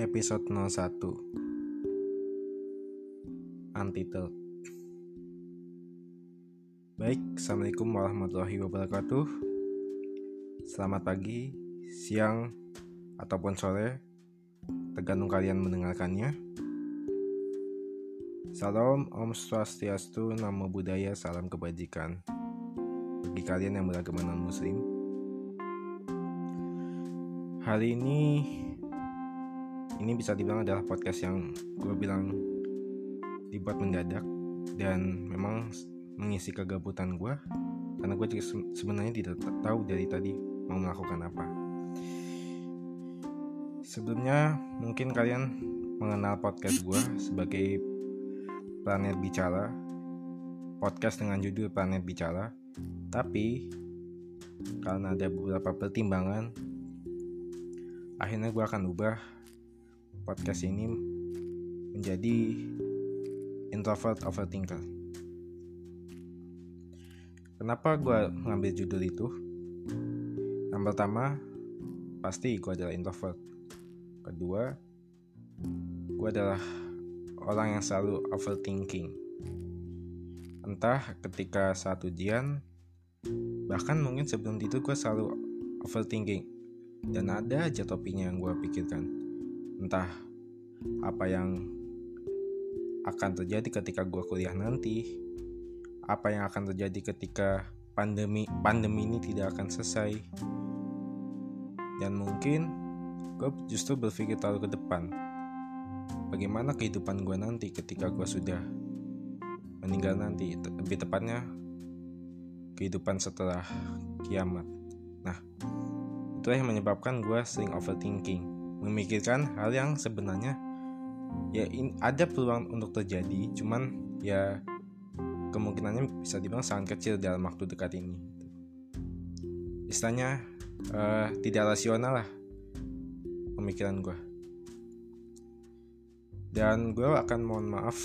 Episode 01 Untitled. Baik, Assalamualaikum warahmatullahi wabarakatuh. Selamat pagi, siang, ataupun sore, tergantung kalian mendengarkannya. Salam, Om Swastiastu, Namo Buddhaya, salam kebajikan bagi kalian yang beragama non-muslim. Hari ini bisa dibilang adalah podcast yang gue bilang dibuat mendadak dan memang mengisi kegabutan gue, karena gue juga sebenarnya tidak tahu dari tadi mau melakukan apa. Sebelumnya mungkin kalian mengenal podcast gue sebagai Planet Bicara, podcast dengan judul Planet Bicara. Tapi karena ada beberapa pertimbangan, akhirnya gue akan ubah podcast ini menjadi Introvert Overthinker. Kenapa gue ngambil judul itu? Yang pertama, pasti gue adalah introvert. Kedua, gue adalah orang yang selalu overthinking. Entah ketika saat ujian, bahkan mungkin sebelum itu gue selalu overthinking. Dan ada aja topiknya yang gue pikirkan. Entah apa yang akan terjadi ketika gue kuliah nanti, apa yang akan terjadi ketika pandemi ini tidak akan selesai. Dan mungkin gue justru berpikir terlalu ke depan, bagaimana kehidupan gue nanti ketika gue sudah meninggal nanti, lebih tepatnya kehidupan setelah kiamat. Nah, itulah yang menyebabkan gue sering overthinking, memikirkan hal yang sebenarnya ya ada peluang untuk terjadi, cuman ya kemungkinannya bisa dibilang sangat kecil dalam waktu dekat ini. Istilahnya tidak rasional lah pemikiran gue. Dan gue akan mohon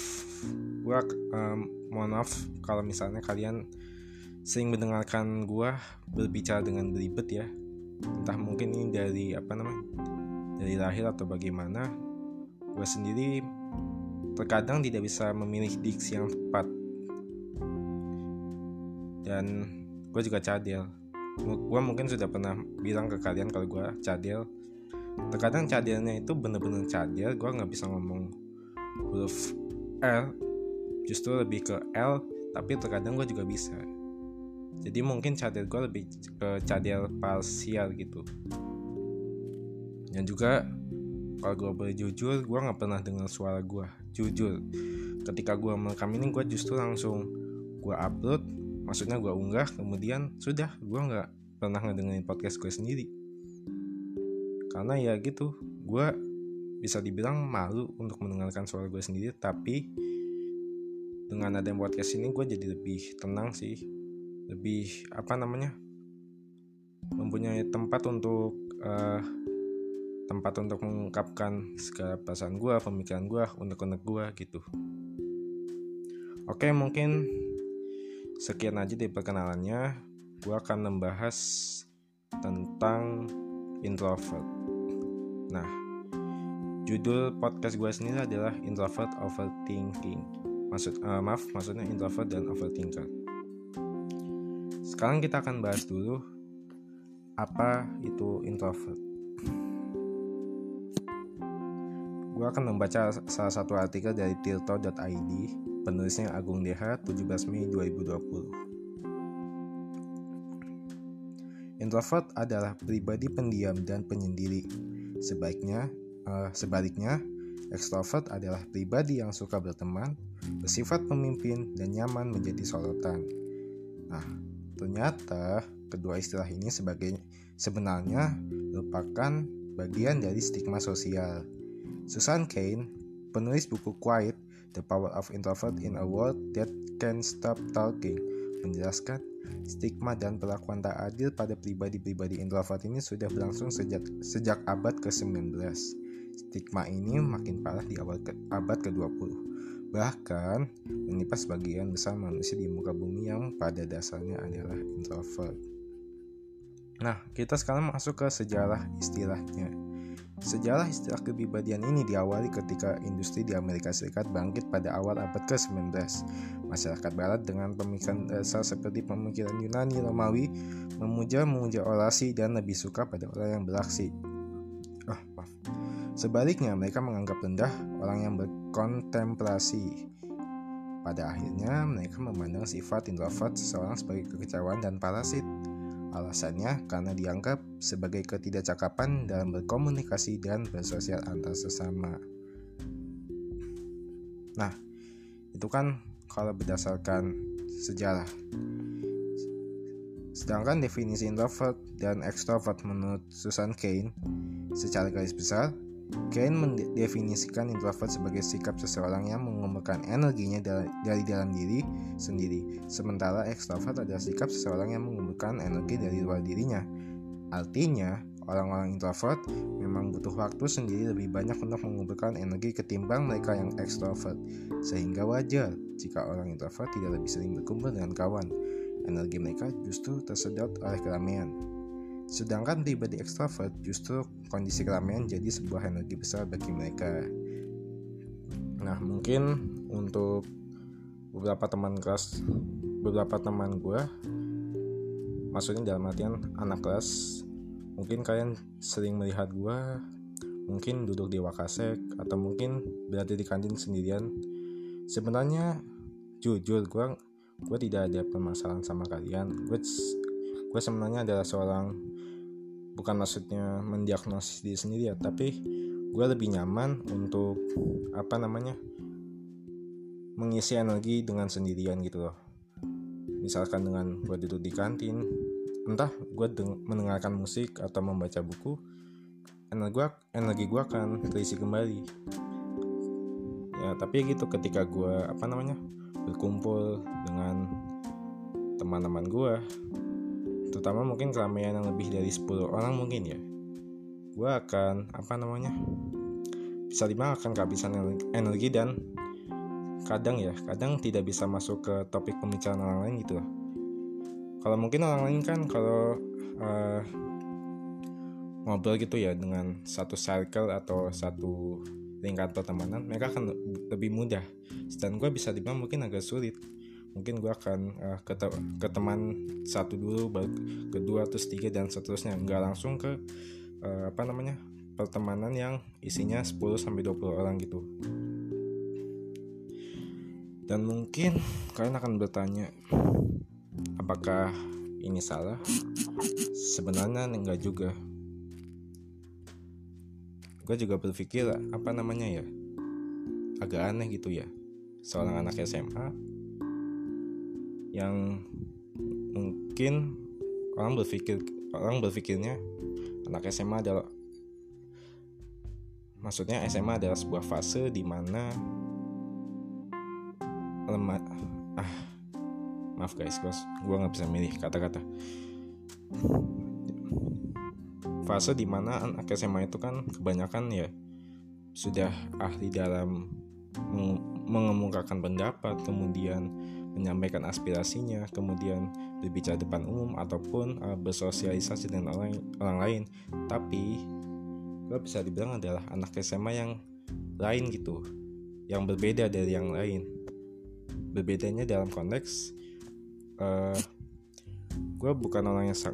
maaf kalau misalnya kalian sering mendengarkan gue berbicara dengan belibet ya. Entah mungkin ini dari dari lahir atau bagaimana. Gue sendiri terkadang tidak bisa memilih diksi yang tepat. Dan gue juga cadel. Gue mungkin sudah pernah bilang ke kalian kalau gue cadel. Terkadang cadelnya itu bener-bener cadel. Gue gak bisa ngomong huruf L, justru lebih ke L. Tapi terkadang gue juga bisa. Jadi mungkin cadel gue lebih ke cadel parsial gitu. Dan juga kalau gue boleh jujur, gue gak pernah dengar suara gue. Jujur, ketika gue merekam ini, gue justru langsung gue upload. Maksudnya gue unggah, kemudian sudah, gue gak pernah ngedengerin podcast gue sendiri. Karena ya gitu, gue bisa dibilang malu untuk mendengarkan suara gue sendiri. Tapi dengan adanya podcast ini, gue jadi lebih tenang sih. Lebih mempunyai tempat untuk mengungkapkan segala perasaan gue, pemikiran gue, unek-unek gue gitu. Oke, mungkin sekian aja dari perkenalannya. Gue akan membahas tentang introvert. Nah, judul podcast gue sendiri adalah Introvert Overthinking. Maksudnya introvert dan overthinker. Sekarang kita akan bahas dulu apa itu introvert. Gue akan membaca salah satu artikel dari tirto.id, penulisnya Agung DH, 17 Mei 2020. Introvert adalah pribadi pendiam dan penyendiri. Sebaliknya, extrovert adalah pribadi yang suka berteman, bersifat pemimpin, dan nyaman menjadi sorotan. Nah, ternyata kedua istilah ini sebenarnya merupakan bagian dari stigma sosial. Susan Cain, penulis buku Quiet, The Power of Introvert in a World That Can't Stop Talking, menjelaskan stigma dan perlakuan tak adil pada pribadi-pribadi introvert ini sudah berlangsung sejak abad ke-19. Stigma ini makin parah di abad ke-20. Bahkan menimpa sebagian besar manusia di muka bumi yang pada dasarnya adalah introvert. Nah, kita sekarang masuk ke sejarah istilahnya. Sejarah istilah kepribadian ini diawali ketika industri di Amerika Serikat bangkit pada awal abad ke-19. Masyarakat Barat dengan pemikiran dasar seperti pemikiran Yunani Romawi memuja orasi dan lebih suka pada orang yang beraksi. Sebaliknya, mereka menganggap rendah orang yang berkontemplasi. Pada akhirnya, mereka memandang sifat introvert seseorang sebagai kekecewaan dan parasit. Alasannya karena dianggap sebagai ketidakcakapan dalam berkomunikasi dan bersosial antar sesama. Nah, itu kan kalau berdasarkan sejarah. Sedangkan definisi introvert dan extrovert menurut Susan Cain, secara garis besar, Cain mendefinisikan introvert sebagai sikap seseorang yang mengumpulkan energinya dari dalam diri sendiri, sementara extrovert adalah sikap seseorang yang mengumpulkan energi dari luar dirinya. Artinya, orang-orang introvert memang butuh waktu sendiri lebih banyak untuk mengumpulkan energi ketimbang mereka yang extrovert, sehingga wajar jika orang introvert tidak lebih sering berkumpul dengan kawan. Energi mereka justru tersedot oleh keramaian. Sedangkan pribadi ekstrovert justru kondisi keramaian jadi sebuah energi besar bagi mereka. Nah, mungkin untuk beberapa teman gue, maksudnya dalam artian anak kelas, mungkin kalian sering melihat gue mungkin duduk di Wakasek atau mungkin berada di kantin sendirian. Sebenarnya jujur gue tidak ada permasalahan sama kalian. Gue sebenarnya adalah seorang, bukan maksudnya mendiagnosis diri sendiri ya, tapi gue lebih nyaman untuk mengisi energi dengan sendirian gitu loh. Misalkan dengan gue duduk di kantin, entah gue mendengarkan musik atau membaca buku, energi gue akan terisi kembali. Ya, tapi gitu ketika gue berkumpul dengan teman-teman gue, terutama mungkin keramaian yang lebih dari 10 orang mungkin ya, gue akan bisa dibilang akan kehabisan energi dan kadang tidak bisa masuk ke topik pembicaraan orang lain gitu loh. Kalau mungkin orang lain kan kalau ngobrol gitu ya dengan satu circle atau satu lingkaran pertemanan, mereka akan lebih mudah. Dan gue bisa dibilang mungkin agak sulit. Mungkin gue akan ke teman satu dulu, baru kedua, terus tiga, dan seterusnya. Nggak langsung ke pertemanan yang isinya 10-20 orang gitu. Dan mungkin kalian akan bertanya, apakah ini salah? Sebenarnya enggak juga. Gue juga berpikir agak aneh gitu ya, seorang anak SMA yang mungkin orang berpikirnya anak SMA adalah, maksudnya SMA adalah sebuah fase di mana maaf guys, gue nggak bisa milih kata-kata. Fase di mana anak SMA itu kan kebanyakan ya sudah ahli dalam mengemukakan pendapat, kemudian menyampaikan aspirasinya, kemudian berbicara depan umum ataupun bersosialisasi dengan orang lain. Tapi gue bisa dibilang adalah anak SMA yang lain gitu, yang berbeda dari yang lain. Berbedanya dalam konteks gue bukan orang yang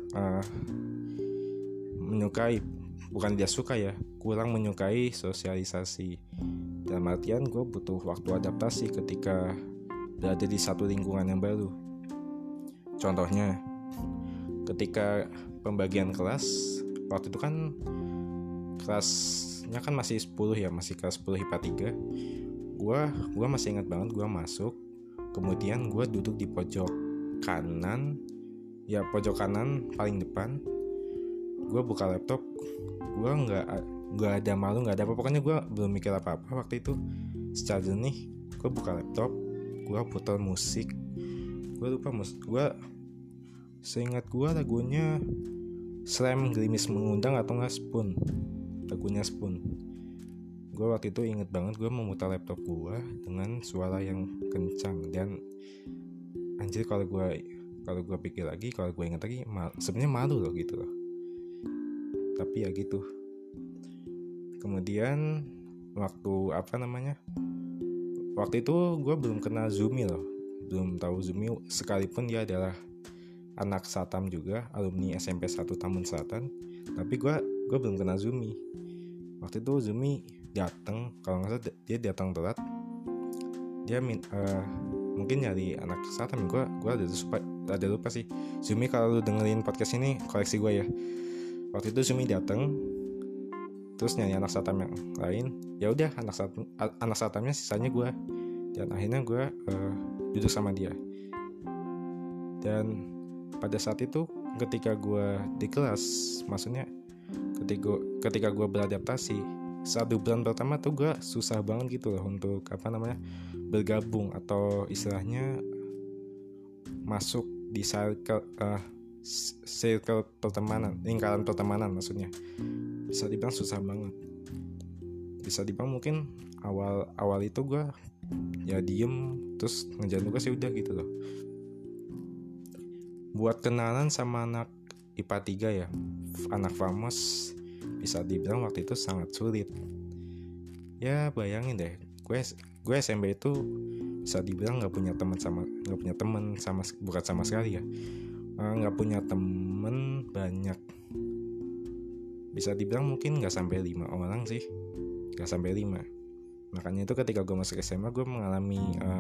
kurang menyukai sosialisasi. Dalam artian gue butuh waktu adaptasi ketika berada di satu lingkungan yang baru. Contohnya, ketika pembagian kelas, waktu itu kan kelasnya kan masih 10 ya, masih kelas 10 IPA 3. Gue masih ingat banget, gue masuk, kemudian gue duduk di pojok kanan paling depan. Gue buka laptop, gue nggak ada malu, nggak ada apa, pokoknya gue belum mikir apa-apa waktu itu. Secara jernih, gue buka laptop, gue putar musik. Gue seingat gue lagunya Slam Gerimis Mengundang atau nggak Spoon, lagunya Spoon. Gue waktu itu inget banget gue memutar laptop gue dengan suara yang kencang, dan anjir kalau gue pikir lagi, kalau gue ingat lagi, sebenarnya malu loh gitu loh. Tapi ya gitu. Kemudian waktu itu gue belum kenal Zumi loh, belum tahu Zumi, sekalipun dia adalah anak Satam juga, alumni SMP 1 Tambun Selatan, tapi gue belum kenal Zumi. Waktu itu Zumi datang, kalau nggak salah dia datang telat. Dia mungkin nyari anak Satam. Gue ada lupa sih. Zumi, kalau lu dengerin podcast ini, koleksi gue ya. Waktu itu Zumi datang, terus nyari anak Satam yang lain. Ya udah, anak Satamnya sisanya gue. Dan akhirnya gue duduk sama dia. Dan pada saat itu ketika gue di kelas, maksudnya ketika gue beradaptasi, 1 bulan pertama tuh gue susah banget gitu loh untuk bergabung atau istilahnya masuk di circle pertemanan, lingkaran pertemanan maksudnya. Bisa dibilang susah banget. Bisa dibilang mungkin awal itu gue ya diem terus ngejalan tugas ya udah gitu loh. Buat kenalan sama anak IPA 3 ya, anak famos, bisa dibilang waktu itu sangat sulit. Ya bayangin deh, gue SMP itu bisa dibilang nggak punya teman bukan sama sekali ya, nggak punya temen banyak. Bisa dibilang mungkin nggak sampai 5 orang sih, nggak sampai 5. Makanya itu ketika gue masuk SMA gue mengalami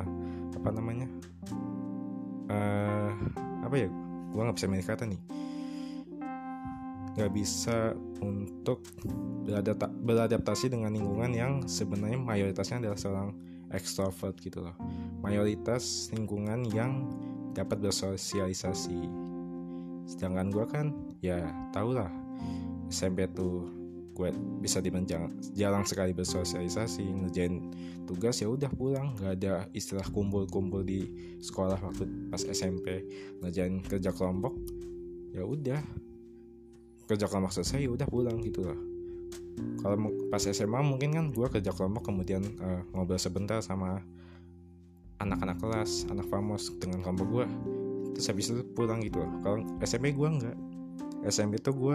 gue nggak bisa milih kata nih, nggak bisa untuk beradaptasi dengan lingkungan yang sebenarnya mayoritasnya adalah seorang ekstrovert gitu loh. Mayoritas lingkungan yang dapat bersosialisasi. Sedangkan gue kan ya tau lah, SMP tuh gue bisa dibilang jarang sekali bersosialisasi, ngerjain tugas ya udah pulang, nggak ada istilah kumpul di sekolah. Waktu pas SMP ngerjain kerja kelompok ya udah, kerja kelompok selesai ya udah pulang gitu loh. Kalau pas SMA mungkin kan gue kerja kelompok kemudian ngobrol sebentar sama anak-anak kelas, anak famos dengan kelompok gue, terus habis itu pulang gitu loh. Kalau SMP gue enggak, SMP tuh gue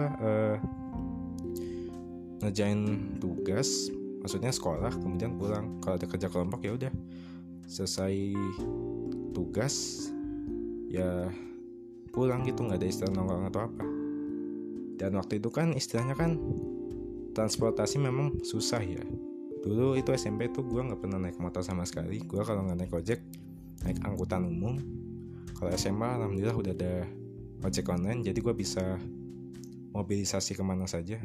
ngerjain tugas, maksudnya sekolah kemudian pulang. Kalau ada kerja kelompok ya udah, selesai tugas ya pulang gitu, nggak ada istilah nongkrong atau apa. Dan waktu itu kan istilahnya kan transportasi memang susah ya. Dulu itu SMP tuh gue nggak pernah naik motor sama sekali. Gue kalau nggak naik ojek, naik angkutan umum. Kalau SMA alhamdulillah udah ada ojek online, jadi gue bisa mobilisasi kemana saja.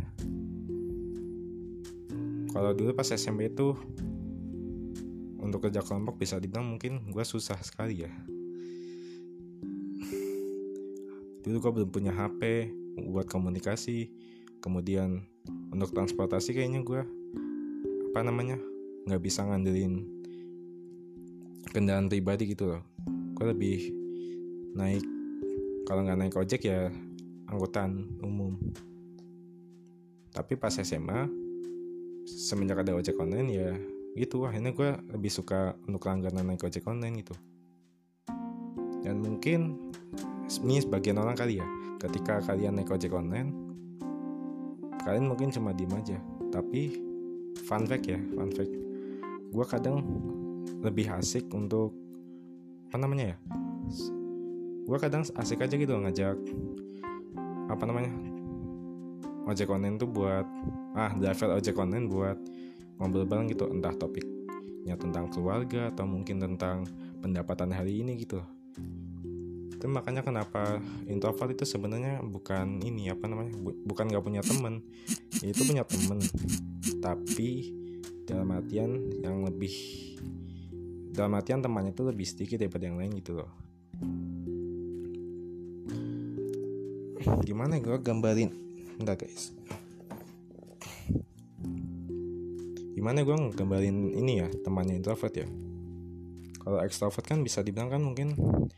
Kalau dulu pas SMP itu untuk kerja kelompok bisa dibilang mungkin gue susah sekali ya. Dulu gue belum punya HP buat komunikasi. Kemudian untuk transportasi kayaknya gue nggak bisa ngandelin kendaraan pribadi gitu loh. Gue lebih kalau nggak naik ojek ya angkutan umum. Tapi pas SMA semenjak ada ojek online ya gitu, akhirnya gue lebih suka untuk langganan naik ojek online gitu. Dan mungkin ini sebagian orang kali ya, ketika kalian naik ojek online kalian mungkin cuma diem aja. Tapi fun fact, gue kadang lebih asik untuk gue kadang asik aja gitu ngajak ojek online tuh buat driver ojek online buat ngobrol bareng gitu, entah topiknya tentang keluarga atau mungkin tentang pendapatan hari ini gitu. Itu makanya kenapa introvert itu sebenarnya bukan bukan nggak punya teman, itu punya teman, tapi dalam artian temannya itu lebih sedikit daripada yang lain gitu loh. Gimana gue gambarin? Bentar guys, gimana gue gambarin ini ya temannya introvert ya. Kalau extrovert kan bisa dibilang kan mungkin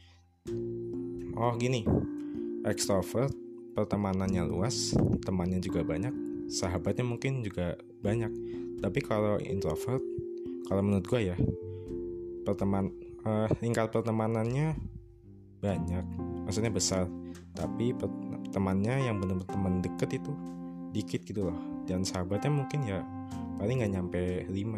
gini, extrovert pertemanannya luas, temannya juga banyak, sahabatnya mungkin juga banyak. Tapi kalau introvert, kalau menurut gue ya, lingkar pertemanannya banyak, maksudnya besar, tapi temannya yang benar-benar teman deket itu dikit gitu loh. dan sahabatnya mungkin ya paling gak nyampe 5.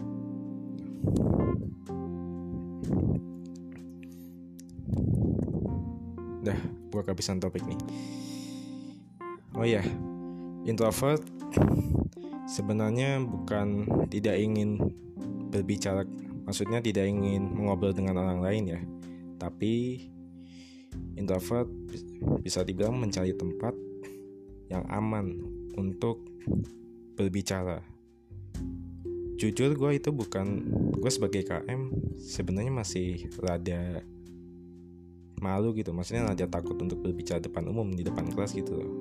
Dah, gue kehabisan topik nih. Oh iya, introvert sebenarnya bukan tidak ingin berbicara, maksudnya tidak ingin mengobrol dengan orang lain ya. Tapi introvert bisa dibilang mencari tempat yang aman untuk berbicara. Jujur gue sebagai KM sebenarnya masih rada malu gitu, maksudnya rada takut untuk berbicara depan umum, di depan kelas gitu loh.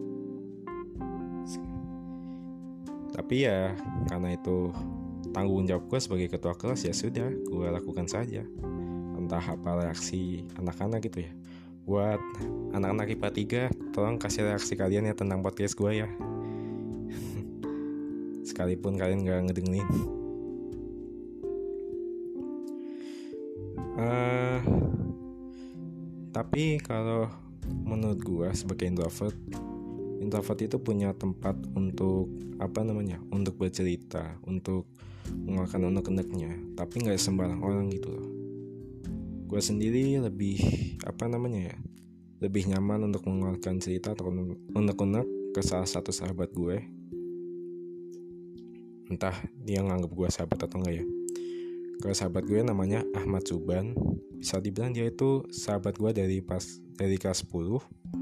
Tapi ya karena itu tanggung jawab gue sebagai ketua kelas, ya sudah, gue lakukan saja. Entah apa reaksi anak-anak gitu ya. Buat anak-anak IPA 3, tolong kasih reaksi kalian ya tentang podcast gue ya. Sekalipun kalian gak ngedengerin. Tapi kalau menurut gue sebagai introvert itu punya tempat untuk untuk bercerita, untuk mengeluarkan unek-uneknya, tapi nggak sembarang orang gitu loh. Gue sendiri lebih lebih nyaman untuk mengeluarkan cerita atau unek-unek ke salah satu sahabat gue, entah dia nganggap gue sahabat atau enggak ya. Kalau sahabat gue namanya Ahmad Suban, bisa dibilang dia itu sahabat gue dari kelas 10.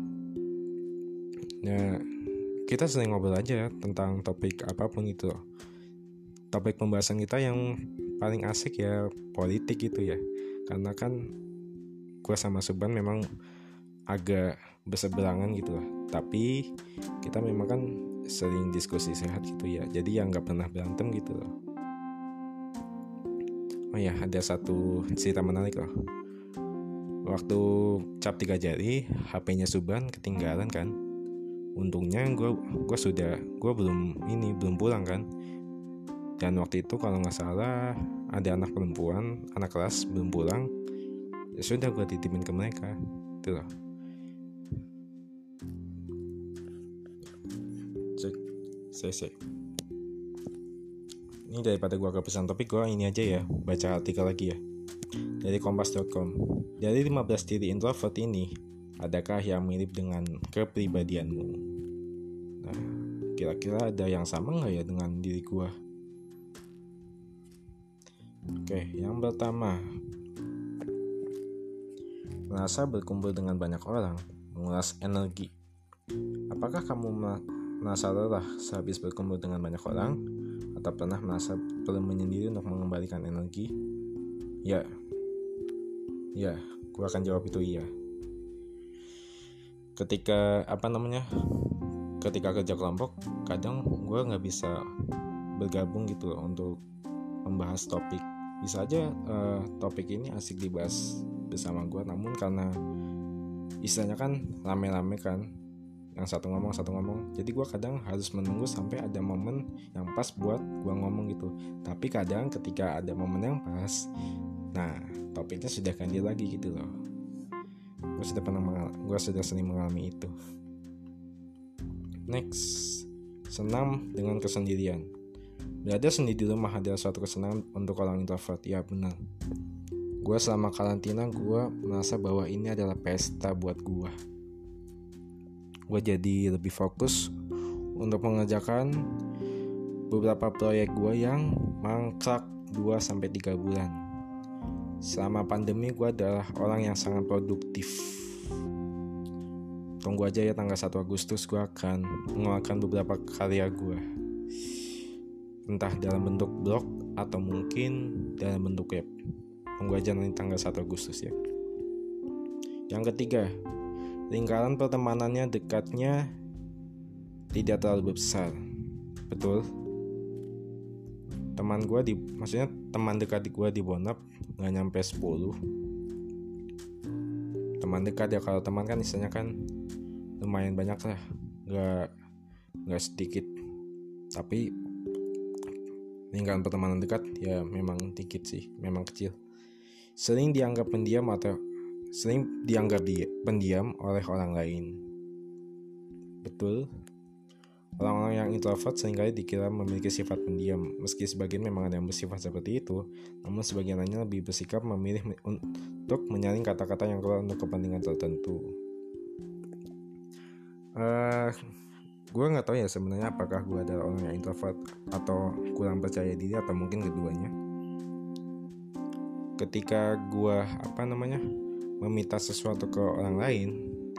Ya, kita sering ngobrol aja tentang topik apapun gitu loh. Topik pembahasan kita yang paling asik ya politik gitu ya. Karena kan gue sama Suban memang agak berseberangan gitu lah. Tapi kita memang kan sering diskusi sehat gitu ya. Jadi ya gak pernah berantem gitu loh. Oh ya, ada satu cerita menarik loh. Waktu cap 3 jari, HP-nya Suban ketinggalan kan. Untungnya gue belum pulang kan. Dan waktu itu kalau nggak salah ada anak perempuan, anak kelas belum pulang. Ya sudah, gue titipin ke mereka. Itu loh. Cek. Ini daripada gue kepesan topik, gue ini aja ya, baca artikel lagi ya dari kompas.com. Dari 15 ciri introvert ini, adakah yang mirip dengan kepribadianmu? Nah, kira-kira ada yang sama gak ya dengan diri gue? Oke, yang pertama, merasa berkumpul dengan banyak orang menguras energi. Apakah kamu merasa lelah sehabis berkumpul dengan banyak orang? Atau pernah merasa perlu menyendiri untuk mengembalikan energi? Ya, gue akan jawab itu iya. Ketika kerja kelompok, kadang gue nggak bisa bergabung gitu loh untuk membahas topik. Bisa aja topik ini asik dibahas bersama gue, namun karena istilahnya kan rame-rame kan, yang satu ngomong, jadi gue kadang harus menunggu sampai ada momen yang pas buat gue ngomong gitu. Tapi kadang ketika ada momen yang pas, nah topiknya sudah ganti lagi gitu loh. Gue sudah sering mengalami itu. Next, senam dengan kesendirian. Berada sendiri di rumah adalah suatu kesenangan untuk orang introvert. Ya benar. Gue selama karantina gue merasa bahwa ini adalah pesta buat gue. Gue jadi lebih fokus untuk mengerjakan beberapa proyek gue yang mangkrak 2-3 bulan. Selama pandemi gue adalah orang yang sangat produktif. Tunggu aja ya, tanggal 1 Agustus gue akan mengeluarkan beberapa karya gue. Entah dalam bentuk blog atau mungkin dalam bentuk web. Tunggu aja nanti tanggal 1 Agustus ya. Yang ketiga, lingkaran pertemanannya dekatnya tidak terlalu besar. Betul. Teman dekat gue di Bonap gak nyampe 10. Teman dekat ya, kalau teman kan istilahnya kan lumayan banyak lah, gak sedikit. Tapi lingkaran pertemanan dekat ya memang dikit sih, memang kecil. Sering dianggap pendiam oleh orang lain. Betul. Orang-orang yang introvert seringkali dikira memiliki sifat pendiam. Meski sebagian memang ada yang bersifat seperti itu, namun sebagian lainnya lebih bersikap memilih untuk menyaring kata-kata yang keluar untuk kepentingan tertentu. Gue nggak tahu ya sebenarnya apakah gue adalah orang yang introvert atau kurang percaya diri atau mungkin keduanya. Ketika gue meminta sesuatu ke orang lain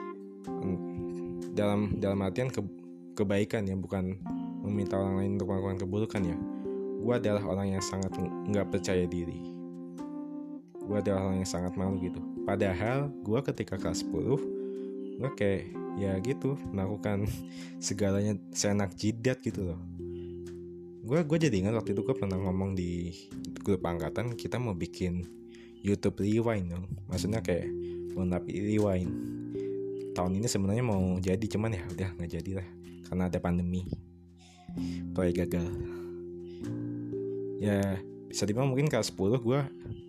dalam artian kebaikan ya, bukan meminta orang lain untuk melakukan keburukan ya. Gue adalah orang yang sangat nggak percaya diri. Gue adalah orang yang sangat malu gitu. Padahal gue ketika kelas 10, gue kayak ya gitu melakukan segalanya seenak jidat gitu loh. Gue jadi ingat waktu itu gue pernah ngomong di grup angkatan, kita mau bikin YouTube Rewind dong. Maksudnya kayak Bonapit Rewind. Tahun ini sebenarnya mau jadi, cuman ya udah nggak jadi lah karena ada pandemi, proyek gagal. Ya bisa dibilang mungkin kelas 10 gue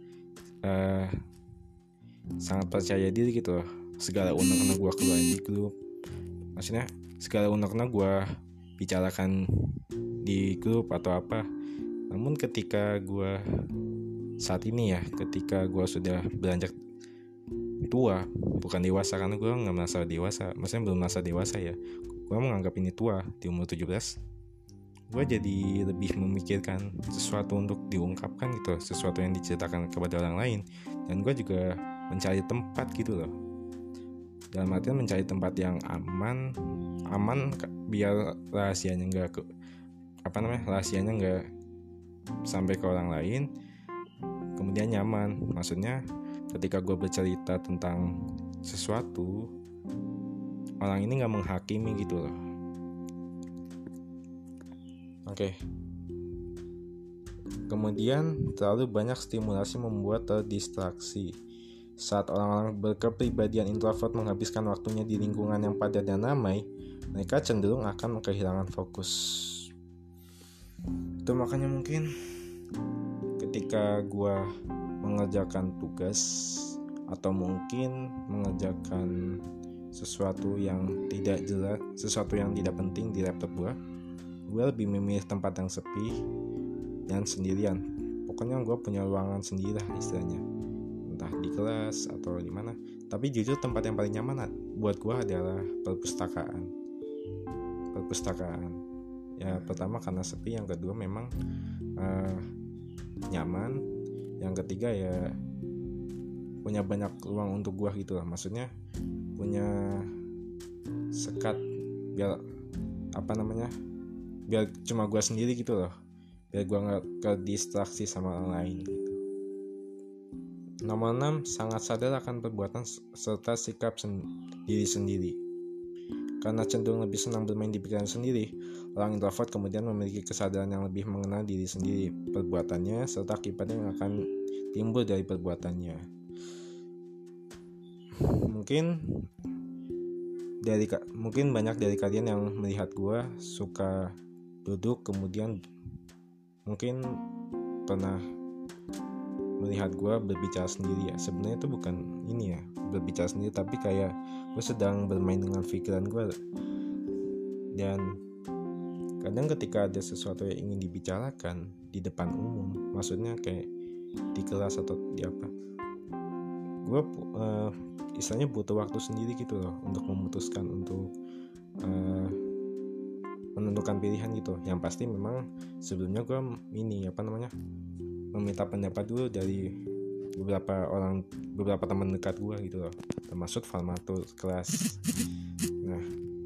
sangat percaya diri gitu loh. Segala unek-unek gue keluarin di grup, maksudnya segala unek-unek gue bicarakan di grup atau apa. Namun ketika gue saat ini ya, ketika gue sudah beranjak tua, bukan dewasa karena gue nggak merasa dewasa, maksudnya belum merasa dewasa ya, gue menganggap ini tua di umur 17. Gue jadi lebih memikirkan sesuatu untuk diungkapkan gitu, sesuatu yang diceritakan kepada orang lain. Dan gue juga mencari tempat gitu loh, dalam artian mencari tempat yang aman biar rahasianya nggak sampai ke orang lain, kemudian nyaman. Maksudnya ketika gue bercerita tentang sesuatu, orang ini nggak menghakimi gitu loh. Oke. Kemudian terlalu banyak stimulasi membuat terdistraksi. Saat orang-orang berkepribadian introvert menghabiskan waktunya di lingkungan yang padat dan ramai, mereka cenderung akan kehilangan fokus. Itu makanya mungkin ketika gue mengerjakan tugas atau mungkin mengerjakan sesuatu yang tidak jelas, sesuatu yang tidak penting di laptop gue lebih memilih tempat yang sepi dan sendirian. Pokoknya gue punya ruangan sendiri lah istilahnya, entah di kelas atau di mana. Tapi jujur tempat yang paling nyaman buat gue adalah perpustakaan. Ya pertama karena sepi, yang kedua memang nyaman, yang ketiga ya punya banyak ruang untuk gue gitu lah. Maksudnya punya sekat biar biar cuma gue sendiri gitu loh, biar gue gak kedistraksi sama orang lain gitu. Nomor 6, sangat sadar akan perbuatan serta sikap diri sendiri. Karena cenderung lebih senang bermain di pikiran sendiri, orang introvert kemudian memiliki kesadaran yang lebih mengenal diri sendiri, perbuatannya, serta akibat yang akan timbul dari perbuatannya. Mungkin banyak dari kalian yang melihat gue suka duduk, kemudian mungkin pernah melihat gue berbicara sendiri ya. Sebenarnya itu bukan ini ya, berbicara sendiri, tapi kayak gue sedang bermain dengan pikiran gue. Dan kadang ketika ada sesuatu yang ingin dibicarakan di depan umum, maksudnya kayak di kelas atau di apa, gue istilahnya butuh waktu sendiri gitu loh untuk memutuskan, untuk menentukan pilihan gitu. Yang pasti memang sebelumnya gue meminta pendapat dulu dari beberapa teman dekat gue gitu loh, termasuk formatur kelas. Nah,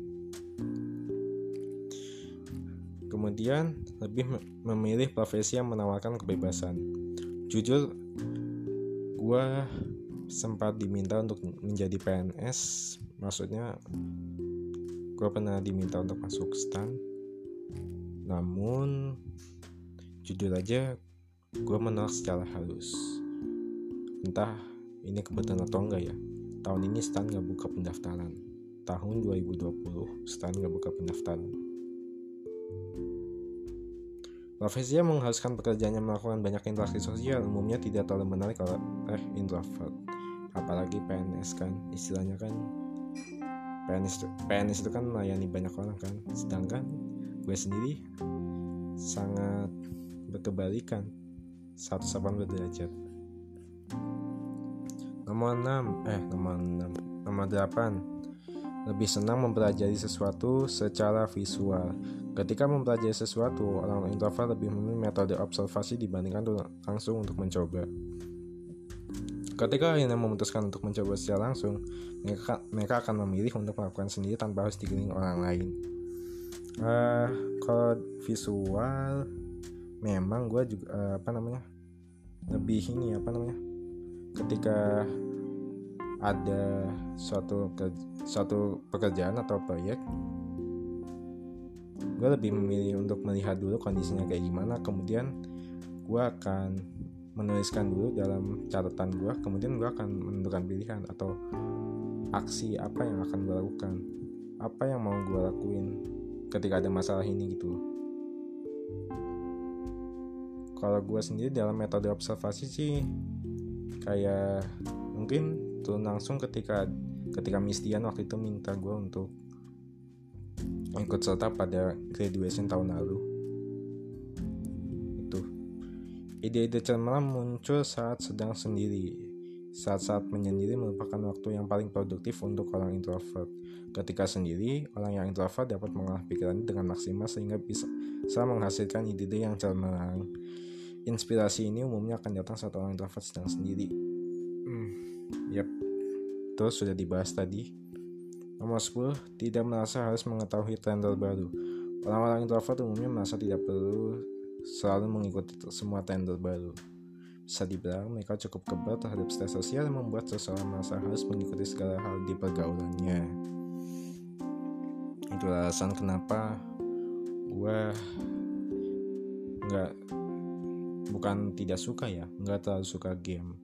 kemudian lebih memilih profesi yang menawarkan kebebasan. Jujur, gue sempat diminta untuk menjadi PNS. Maksudnya gue pernah diminta untuk masuk STAN, namun jujur aja gue menolak secara halus. Entah ini kebetulan atau enggak ya, tahun ini STAN gak buka pendaftaran. Tahun 2020 STAN gak buka pendaftaran. Profesi yang mengharuskan pekerjaannya melakukan banyak interaksi sosial umumnya tidak terlalu menarik oleh introvert. Apalagi PNS kan, istilahnya kan PNS itu kan melayani banyak orang kan. Sedangkan gue sendiri sangat berkebalikan 180 derajat. Nomor 8, lebih senang mempelajari sesuatu secara visual. Ketika mempelajari sesuatu, orang introvert lebih memilih metode observasi dibandingkan langsung untuk mencoba. Ketika akhirnya memutuskan untuk mencoba secara langsung, mereka akan memilih untuk melakukan sendiri tanpa harus dikelilingi orang lain. Kalau visual, memang gue juga lebih ketika ada suatu pekerjaan atau proyek, gue lebih memilih untuk melihat dulu kondisinya kayak gimana, kemudian gue akan menuliskan dulu dalam catatan gue, kemudian gue akan menentukan pilihan atau aksi apa yang akan gue lakukan, apa yang mau gue lakuin ketika ada masalah ini gitu. Kalau gue sendiri dalam metode observasi sih kayak mungkin turun langsung ketika Mistian waktu itu minta gue untuk ikut serta pada graduation tahun lalu. Itu ide-ide cemerlang muncul saat sedang sendiri. Saat-saat menyendiri merupakan waktu yang paling produktif untuk orang introvert. Ketika sendiri, orang yang introvert dapat mengolah pikirannya dengan maksimal sehingga bisa menghasilkan ide-ide yang cemerlang. Inspirasi ini umumnya akan datang saat orang introvert sedang sendiri. Yap, terus sudah dibahas tadi. Nomor 10, tidak merasa harus mengetahui tren terbaru. Orang-orang introvert umumnya merasa tidak perlu selalu mengikuti semua tren terbaru. Bisa dibilang mereka cukup kebal terhadap stres sosial yang membuat seseorang merasa harus mengikuti segala hal di pergaulannya. Itu alasan kenapa gue bukan tidak suka ya, nggak terlalu suka game.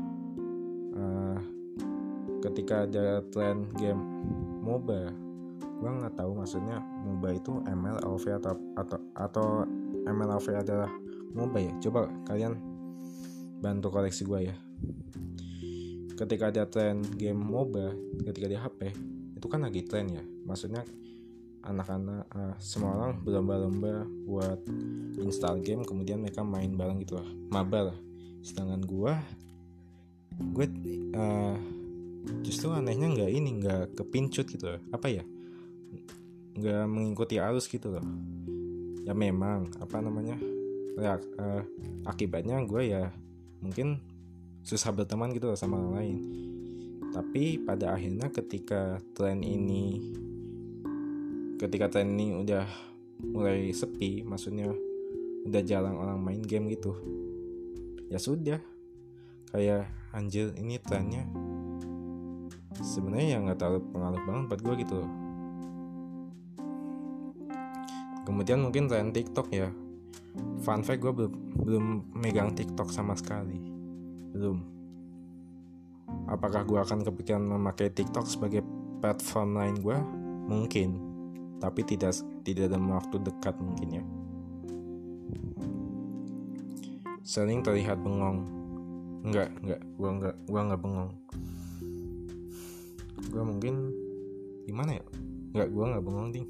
Ketika ada tren game MOBA, gue nggak tahu maksudnya MOBA itu MLOV atau MLOV adalah MOBA ya. Coba kalian bantu koreksi gue ya. Ketika ada tren game MOBA, ketika di HP itu kan lagi tren ya. Maksudnya anak-anak semua orang berlomba-lomba buat install game, kemudian mereka main bareng gitu lah, mabar lah. Sedangkan gue justru anehnya nggak kepincut gitu loh. Nggak mengikuti arus gitu loh. Ya memang akibatnya gue ya mungkin susah berteman gitu loh sama orang lain. Tapi pada akhirnya ketika tren ini udah mulai sepi, maksudnya udah jarang orang main game gitu, ya sudah, kayak anjir ini trennya sebenarnya ya nggak terlalu pengaruh banget buat gue gitu. Kemudian mungkin tren TikTok ya. Fun fact, gue belum megang TikTok sama sekali, belum. Apakah gue akan kepikiran memakai TikTok sebagai platform lain gue? Mungkin, tapi tidak dalam waktu dekat mungkin ya. Sering terlihat bengong. Enggak, gue nggak bengong. Gue mungkin gimana ya? Gue nggak bengong ding.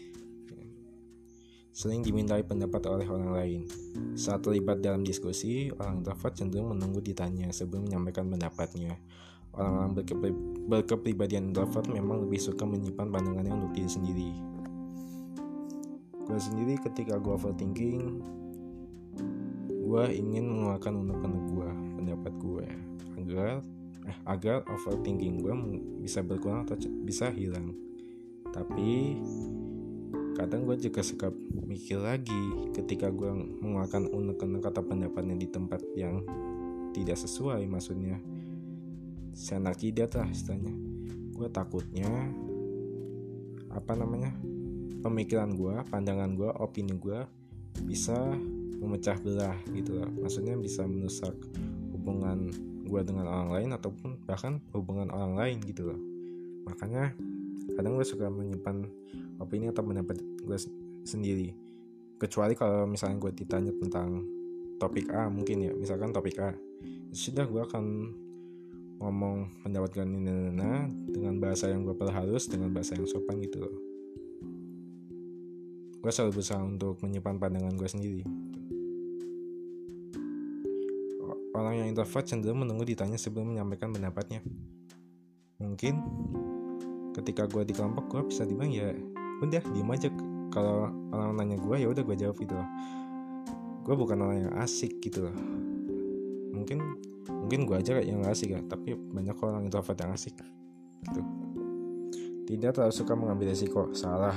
Sering dimintai pendapat oleh orang lain. Saat terlibat dalam diskusi, orang introvert cenderung menunggu ditanya sebelum menyampaikan pendapatnya. Orang-orang berkepribadian introvert memang lebih suka menyimpan pandangannya untuk diri sendiri. Gue sendiri ketika gue overthinking, gue ingin mengeluarkan unek-unek gue, pendapat gue, agar overthinking gue bisa berkurang atau bisa hilang. Tapi kadang gue juga suka mikir lagi ketika gue mengeluarkan unek-unek atau pendapatnya di tempat yang tidak sesuai, maksudnya seenak jidat lah istilahnya. Gue takutnya pemikiran gue, pandangan gue, opini gue bisa memecah belah gitu loh. Maksudnya bisa merusak hubungan gue dengan orang lain ataupun bahkan hubungan orang lain gitu loh. Makanya kadang gue suka menyimpan opini atau pendapat gue sendiri. Kecuali kalau misalnya gue ditanya tentang topik A, mungkin ya, misalkan topik A, sudah gue akan ngomong pendapat gue dengan bahasa yang gue perhalus, dengan bahasa yang sopan gitu loh. gue selalu berusaha untuk menyimpan pandangan gue sendiri. Orang yang introvert cenderung menunggu ditanya sebelum menyampaikan pendapatnya. Mungkin ketika gue di kelompok, gue bisa dibilang ya udah diem aja. Kalau orang nanya gue ya udah gue jawab gitu loh. Gue bukan orang yang asik gitu loh. Mungkin gue aja yang gak asik ya, tapi banyak orang introvert yang asik gitu. Tidak terlalu suka mengambil resiko. Salah.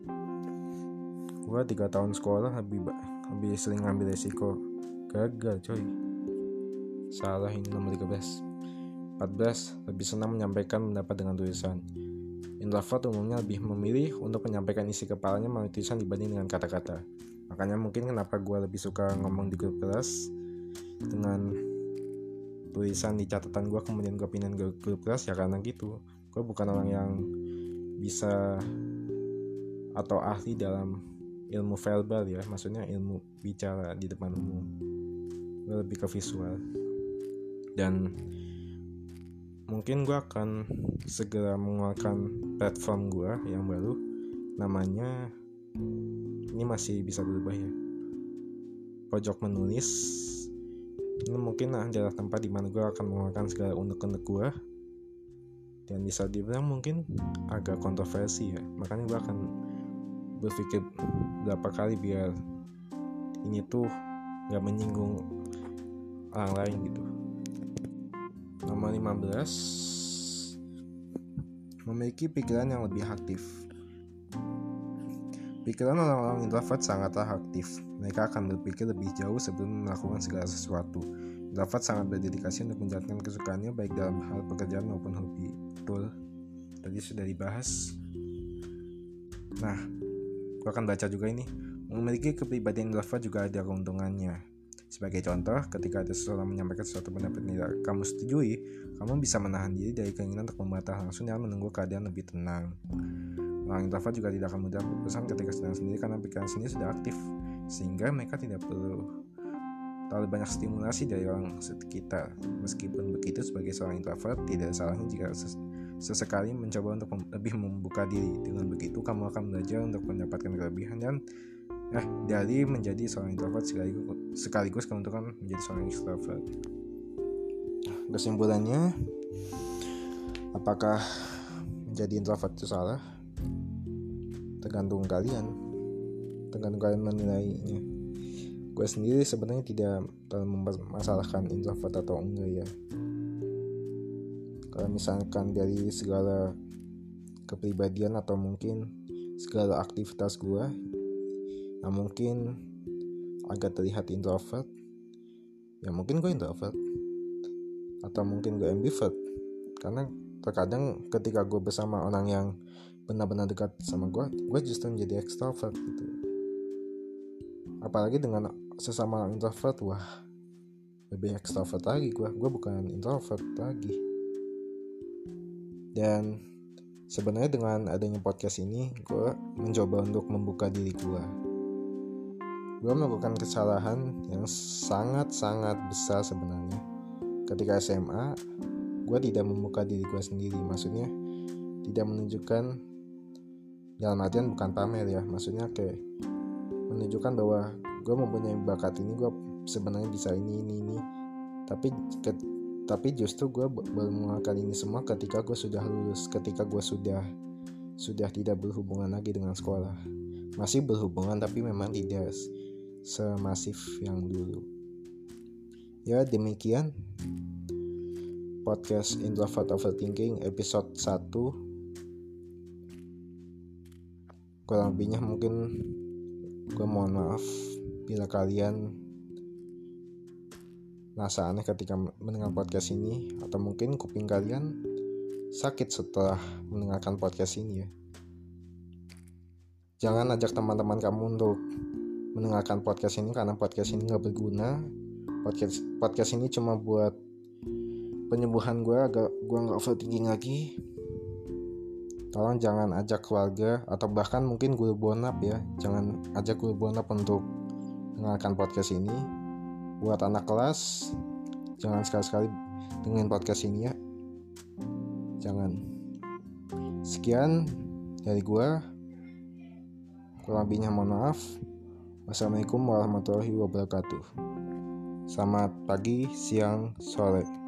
Gue 3 tahun sekolah lebih sering ngambil resiko. Gagal coy. Salah, ini nomor 13. 14. Lebih senang menyampaikan pendapat dengan tulisan. Introvert umumnya lebih memilih untuk menyampaikan isi kepalanya melalui tulisan dibanding dengan kata-kata. Makanya mungkin kenapa gue lebih suka ngomong di grup kelas dengan tulisan di catatan gue, kemudian gue pindahin ke grup kelas ya karena gitu. Gue bukan orang yang bisa atau ahli dalam ilmu verbal ya, maksudnya ilmu bicara di depan umum. Gue lebih ke visual. Dan mungkin gue akan segera mengeluarkan platform gue yang baru, namanya, ini masih bisa berubah ya, Pojok Menulis. Ini mungkin adalah tempat di mana gue akan mengeluarkan segala unek-unek gue, dan bisa dibilang mungkin agak kontroversi ya. Makanya gue akan berpikir berapa kali biar ini tuh gak menyinggung orang lain gitu. Nomor 15, memiliki pikiran yang lebih aktif. Pikiran orang-orang introvert sangatlah aktif. Mereka akan berpikir lebih jauh sebelum melakukan segala sesuatu. Introvert sangat berdedikasi untuk menjalankan kesukaannya baik dalam hal pekerjaan maupun hobi. Betul, tadi sudah dibahas. Nah, gue akan baca juga ini. Memiliki kepribadian introvert juga ada keuntungannya. Sebagai contoh, ketika ada seseorang menyampaikan sesuatu pendapat yang tidak kamu setujui, kamu bisa menahan diri dari keinginan untuk membantah langsung dan menunggu keadaan lebih tenang. Orang introvert juga tidak akan mudah berpesan ketika sedang sendiri karena pikiran sendiri sudah aktif, sehingga mereka tidak perlu terlalu banyak stimulasi dari orang sekitar. Meskipun begitu, sebagai seorang introvert, tidak ada salahnya jika sesekali mencoba untuk lebih membuka diri. Dengan begitu, kamu akan belajar untuk mendapatkan kelebihan dan dari menjadi seorang introvert sekaligus keuntungan menjadi seorang extrovert. Kesimpulannya, apakah menjadi introvert itu salah? Tergantung kalian menilainya. Gue sendiri sebenarnya tidak terlalu mempermasalahkan introvert atau enggak ya. Kalau misalkan dari segala kepribadian atau mungkin segala aktivitas gue, nah mungkin agak terlihat introvert, ya mungkin gue introvert, atau mungkin gue ambivert. Karena terkadang ketika gue bersama orang yang benar-benar dekat sama gue justru menjadi extrovert gitu. Apalagi dengan sesama orang introvert, wah lebih extrovert lagi gue bukan introvert lagi. Dan sebenarnya dengan adanya podcast ini, gue mencoba untuk membuka diri gue. Gue melakukan kesalahan yang sangat-sangat besar sebenarnya. Ketika SMA, gue tidak membuka diri gue sendiri. Maksudnya tidak menunjukkan, dalam artian bukan pamer ya, maksudnya kayak menunjukkan bahwa gue mempunyai bakat ini, gue sebenarnya bisa ini. Tapi justru gue baru mengeluarkan ini semua ketika gue sudah lulus, ketika gue sudah tidak berhubungan lagi dengan sekolah. Masih berhubungan tapi memang tidak semasif yang dulu. Ya, demikian podcast Introvert Overthinking episode 1. Kurang lebihnya mungkin gue mohon maaf bila kalian merasa aneh ketika mendengar podcast ini, atau mungkin kuping kalian sakit setelah mendengarkan podcast ini ya. Jangan ajak teman-teman kamu untuk mendengarkan podcast ini karena podcast ini gak berguna. Podcast ini cuma buat penyembuhan gue agar gue gak overthinking lagi. Tolong jangan ajak keluarga atau bahkan mungkin guru bonap ya. Jangan ajak guru bonap untuk mendengarkan podcast ini. Buat anak kelas, jangan sekali-sekali dengerin podcast ini ya. Jangan. Sekian dari gue Kurang lebihnya mohon maaf. Wassalamualaikum warahmatullahi wabarakatuh. Selamat pagi, siang, sore.